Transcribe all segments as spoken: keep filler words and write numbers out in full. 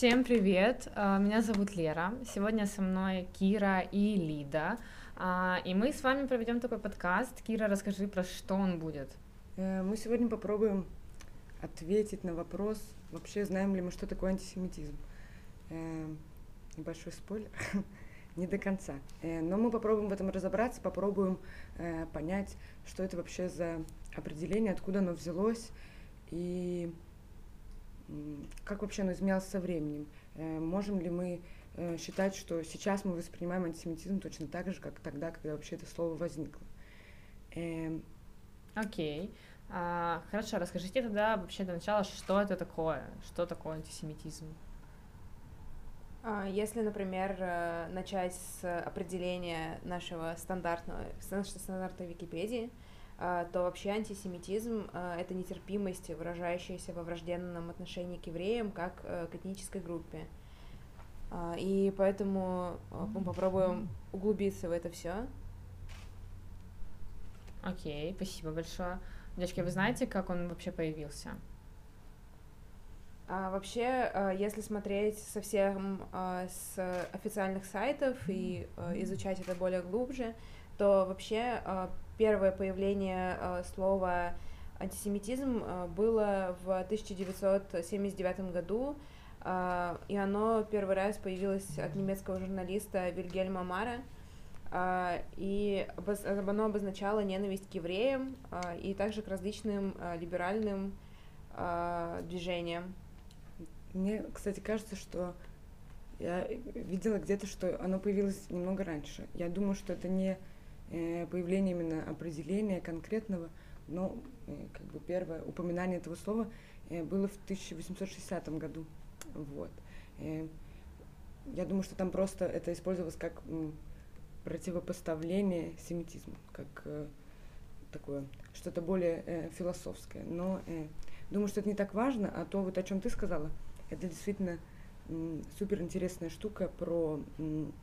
Всем привет! А, Меня зовут Лера. Сегодня со мной Кира и Лида. А, И мы с вами проведем такой подкаст. Кира, расскажи, про что он будет. Э, Мы сегодня попробуем ответить на вопрос, вообще знаем ли мы, что такое антисемитизм. Э, Небольшой спойлер, не до конца. Э, Но мы попробуем в этом разобраться, попробуем э, понять, что это вообще за определение, откуда оно взялось и м, как вообще оно изменялось со временем. Э, Можем ли мы э, считать, что сейчас мы воспринимаем антисемитизм точно так же, как тогда, когда вообще это слово возникло. Эм, Окей. А, Хорошо, расскажите тогда вообще для начала, что это такое? Что такое антисемитизм? А, Если, например, э, начать с определения нашего стандартного, с нашей стандартной Википедии, а, то вообще антисемитизм а, — это нетерпимость, выражающаяся во враждебном отношении к евреям как э, к этнической группе. А, И поэтому а, мы попробуем углубиться в это все. Окей, спасибо большое. Девочки, вы знаете, как он вообще появился? А вообще, а, если смотреть совсем а, с официальных сайтов и а, изучать это более глубже, то вообще а, первое появление а, слова антисемитизм а, было в тысяча девятьсот семьдесят девятом году, а, и оно первый раз появилось от немецкого журналиста Вильгельма Мара, а, и обоз- оно обозначало ненависть к евреям а, и также к различным а, либеральным а, движениям. Мне, кстати, кажется, что я видела где-то, что оно появилось немного раньше. Я думаю, что это не э, появление именно определения конкретного, но э, как бы первое упоминание этого слова э, было в тысяча восемьсот шестидесятом году. Вот. Э, Я думаю, что там просто это использовалось как м, противопоставление семитизму, как э, такое что-то более э, философское. Но э, думаю, что это не так важно, а то, вот о чем ты сказала, это действительно м, супер интересная штука про м,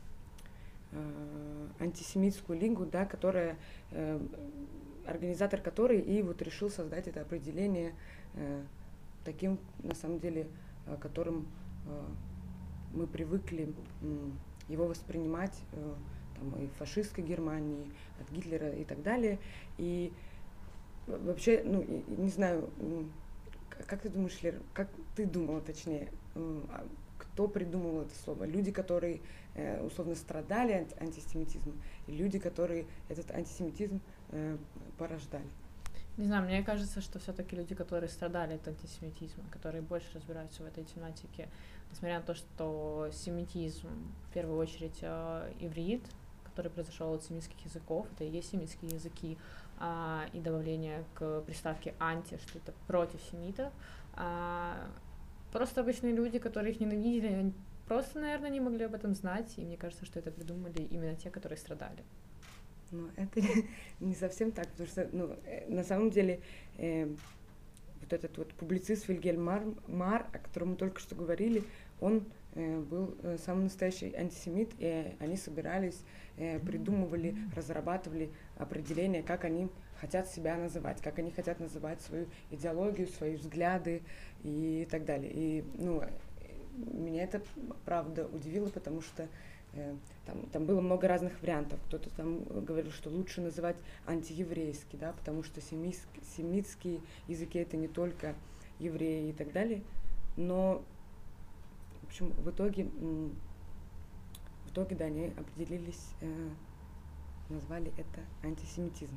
э, антисемитскую лигу, да, которая э, организатор которой и вот решил создать это определение э, таким, на самом деле, э, которым э, мы привыкли м, его воспринимать э, там, и в фашистской Германии, от Гитлера и так далее. И вообще, ну, и- и не знаю, м, к- как ты думаешь, Лер, как ты думала, точнее, м, а кто придумал это слово? Люди, которые э, условно страдали от антисемитизма, и люди, которые этот антисемитизм э, порождали. Не знаю, мне кажется, что все-таки люди, которые страдали от антисемитизма, которые больше разбираются в этой тематике, несмотря на то, что семитизм в первую очередь э, иврит, который произошел от семитских языков, это и есть семитские языки, а, и добавление к приставке анти, что это против семитов. А, Просто обычные люди, которые их ненавидели, они просто, наверное, не могли об этом знать, и мне кажется, что это придумали именно те, которые страдали. Но это не совсем так, потому что, ну, э, на самом деле, э, вот этот вот публицист Вильгельм Мар, Мар, о котором мы только что говорили, он э, был э, самый настоящий антисемит, и они собирались, э, придумывали, разрабатывали определения, как они хотят себя называть, как они хотят называть свою идеологию, свои взгляды и так далее. И, ну, э, меня это, правда, удивило, потому что э, там, там было много разных вариантов. Кто-то там говорил, что лучше называть антиеврейский, да, потому что семитские, семитские языки это не только евреи и так далее. Но, в общем, в итоге, м, в итоге, да, они определились, э, назвали это антисемитизм.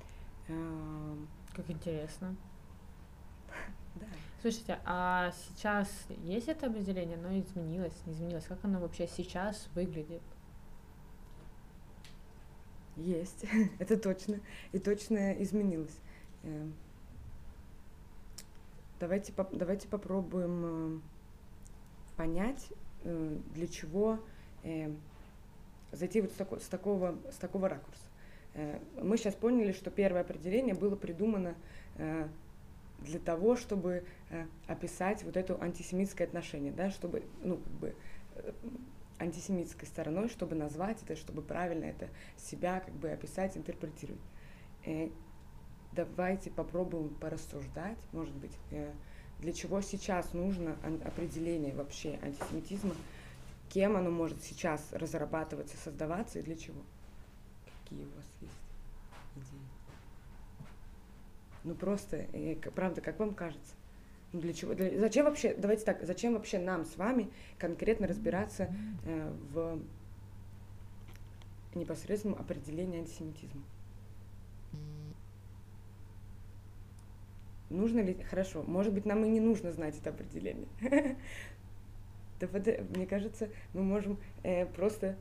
Э, Как интересно. да. Слушайте, а сейчас есть это определение, оно изменилось, не изменилось? Как оно вообще сейчас выглядит? Есть, это точно, и точно изменилось. Э, Давайте, поп- давайте попробуем э, понять, э, для чего э, зайти вот с, тако- с такого, с такого ракурса. Э, Мы сейчас поняли, что первое определение было придумано э, для того, чтобы э, описать вот это антисемитское отношение, да, чтобы, ну, как бы, э, антисемитской стороной, чтобы назвать это, чтобы правильно это себя как бы описать, интерпретировать. Э, Давайте попробуем порассуждать, может быть, э, для чего сейчас нужно определение вообще антисемитизма, кем оно может сейчас разрабатываться, создаваться и для чего? Какие у вас есть идеи? Ну просто, э, правда, как вам кажется? Ну, для чего? Для, зачем вообще, давайте так, зачем вообще нам с вами конкретно разбираться э, в непосредственном определении антисемитизма? Нужно ли? Хорошо, может быть, нам и не нужно знать это определение. Да, мне кажется, мы можем э, просто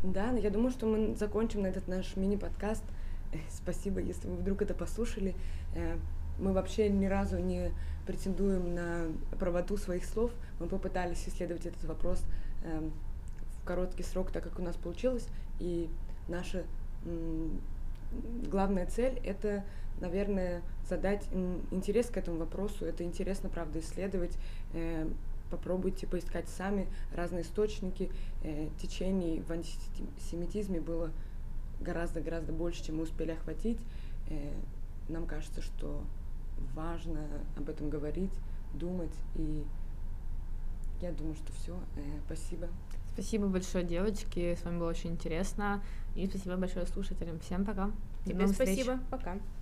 Да, но я думаю, что мы закончим на этот наш мини-подкаст. Спасибо, если вы вдруг это послушали. Мы вообще ни разу не претендуем на правоту своих слов. Мы попытались исследовать этот вопрос в короткий срок, так как у нас получилось. И наша главная цель — это, наверное, задать интерес к этому вопросу. Это интересно, правда, исследовать. Попробуйте поискать сами разные источники. Течений в антисемитизме было гораздо-гораздо больше, чем мы успели охватить. Нам кажется, что важно об этом говорить, думать. И я думаю, что все. Спасибо. Спасибо большое, девочки. С вами было очень интересно. И спасибо большое слушателям. Всем пока. Тебе спасибо. Пока.